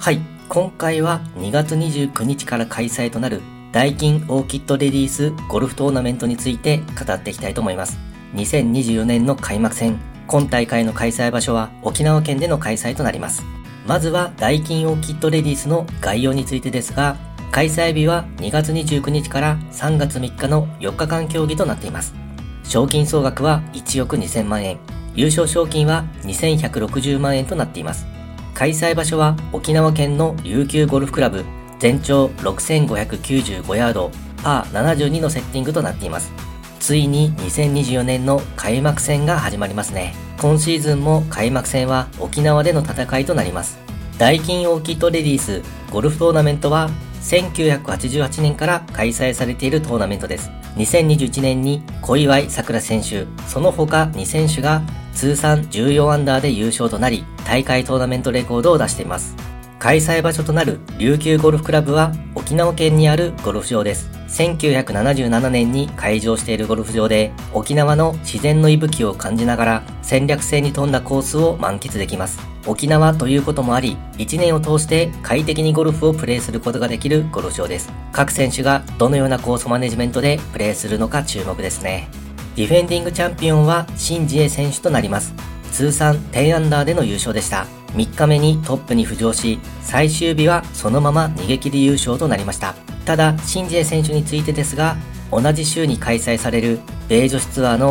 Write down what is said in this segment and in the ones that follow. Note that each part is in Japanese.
はい、今回は2月29日から開催となるダイキンオーキッドレディースゴルフトーナメントについて語っていきたいと思います。2024年の開幕戦、今大会の開催場所は沖縄県での開催となります。まずはダイキンオーキッドレディースの概要についてですが、開催日は2月29日から3月3日の4日間競技となっています。賞金総額は1億2000万円、優勝賞金は2160万円となっています。開催場所は沖縄県の琉球ゴルフクラブ、全長6595ヤード、パー72のセッティングとなっています。ついに2024年の開幕戦が始まりますね。今シーズンも開幕戦は沖縄での戦いとなります。ダイキンオーキッドレディースゴルフトーナメントは1988年から開催されているトーナメントです。2021年に小祝さくら選手、その他2選手が通算14アンダーで優勝となり、大会トーナメントレコードを出しています。開催場所となる琉球ゴルフクラブは沖縄県にあるゴルフ場です。1977年に開場しているゴルフ場で、沖縄の自然の息吹を感じながら戦略性に富んだコースを満喫できます。沖縄ということもあり、1年を通して快適にゴルフをプレーすることができるゴルフ場です。各選手がどのようなコースマネジメントでプレーするのか注目ですね。ディフェンディングチャンピオンはシン・ジエ選手となります。通算10アンダーでの優勝でした。3日目にトップに浮上し、最終日はそのまま逃げ切り優勝となりました。ただ、シン・ジエ選手についてですが、同じ週に開催される米女子ツアーの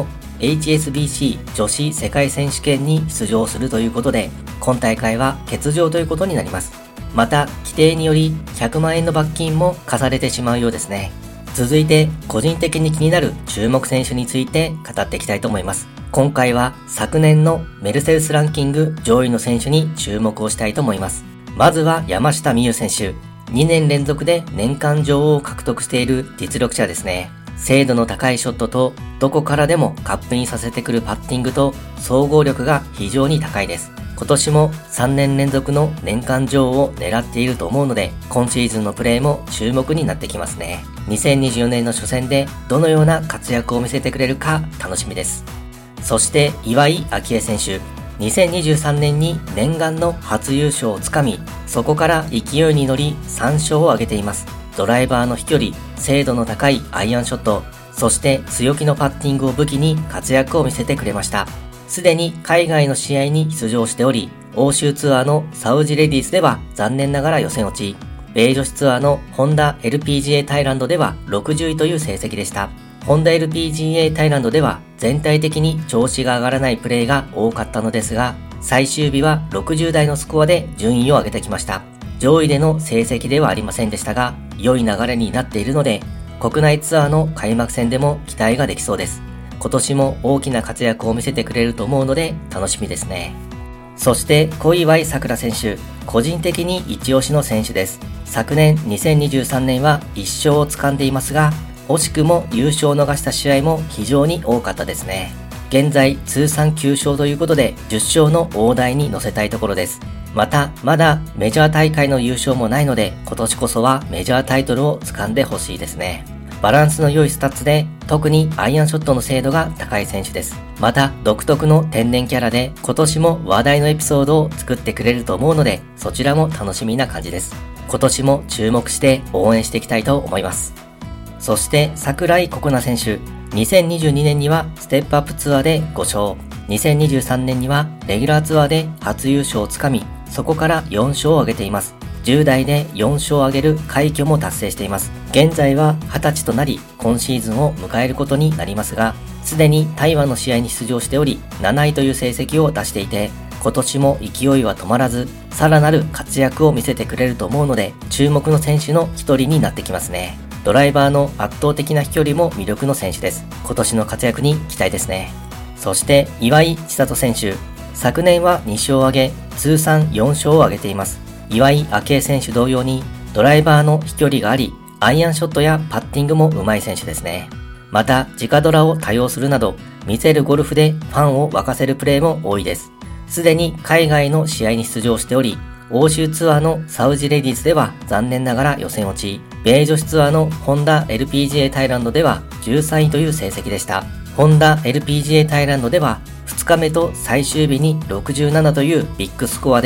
HSBC 女子世界選手権に出場するということで、今大会は欠場ということになります。また、規定により100万円の罰金も課されてしまうようですね。続いて、個人的に気になる注目選手について語っていきたいと思います。今回は昨年のメルセデスランキング上位の選手に注目をしたいと思います。まずは山下美夢有選手。2年連続で年間女王を獲得している実力者ですね。精度の高いショットと、どこからでもカップインさせてくるパッティングと、総合力が非常に高いです。今年も3年連続の年間女王を狙っていると思うので、今シーズンのプレーも注目になってきますね。2024年の初戦でどのような活躍を見せてくれるか楽しみです。そして岩井明愛選手。2023年に念願の初優勝をつかみ、そこから勢いに乗り3勝を挙げています。ドライバーの飛距離、精度の高いアイアンショット、そして強気のパッティングを武器に活躍を見せてくれました。すでに海外の試合に出場しており、欧州ツアーのサウジレディースでは残念ながら予選落ち、米女子ツアーのホンダ LPGA タイランドでは60位という成績でした。ホンダ LPGA タイランドでは全体的に調子が上がらないプレーが多かったのですが、最終日は60台のスコアで順位を上げてきました。上位での成績ではありませんでしたが、良い流れになっているので、国内ツアーの開幕戦でも期待ができそうです。今年も大きな活躍を見せてくれると思うので楽しみですね。そして小祝さくら選手、個人的に一押しの選手です。昨年2023年は1勝を掴んでいますが、惜しくも優勝を逃した試合も非常に多かったですね。現在通算9勝ということで10勝の大台に乗せたいところです。また、まだメジャー大会の優勝もないので、今年こそはメジャータイトルを掴んでほしいですね。バランスの良いスタッツで、特にアイアンショットの精度が高い選手です。また、独特の天然キャラで、今年も話題のエピソードを作ってくれると思うので、そちらも楽しみな感じです。今年も注目して応援していきたいと思います。そして、櫻井心那選手。2022年にはステップアップツアーで5勝。2023年にはレギュラーツアーで初優勝をつかみ、そこから4勝を挙げています。10代で4勝を挙げる快挙も達成しています。現在は20歳となり、今シーズンを迎えることになりますが、すでに台湾の試合に出場しており、7位という成績を出していて、今年も勢いは止まらず、さらなる活躍を見せてくれると思うので、注目の選手の一人になってきますね。ドライバーの圧倒的な飛距離も魅力の選手です。今年の活躍に期待ですね。そして岩井千怜選手。昨年は2勝を挙げ、通算4勝を挙げています。岩井明愛選手同様に、ドライバーの飛距離があり、アイアンショットやパッティングも上手い選手ですね。また、直ドラを多用するなど、見せるゴルフでファンを沸かせるプレーも多いです。すでに海外の試合に出場しており、欧州ツアーのサウジレディースでは残念ながら予選落ち、米女子ツアーのホンダ LPGA タイランドでは13位という成績でした。ホンダ LPGA タイランドでは2日目と最終日に67というビッグスコアで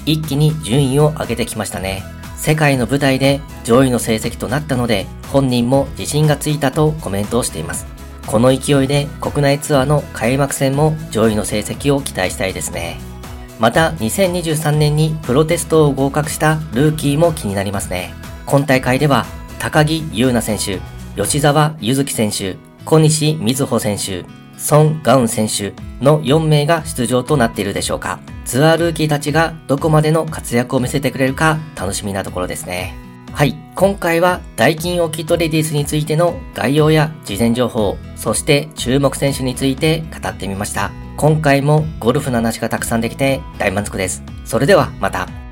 一気に順位を上げてきましたね。世界の舞台で上位の成績となったので、本人も自信がついたとコメントをしています。この勢いで国内ツアーの開幕戦も上位の成績を期待したいですね。また2023年にプロテストを合格したルーキーも気になりますね。今大会では高木優奈選手、吉澤柚月選手、小西瑞穂選手、ソン・ガウン選手の4名が出場となっているでしょうか。ツアールーキーたちがどこまでの活躍を見せてくれるか楽しみなところですね。はい、今回はダイキンオーキッドレディースについての概要や事前情報、そして注目選手について語ってみました。今回もゴルフの話がたくさんできて大満足です。それではまた。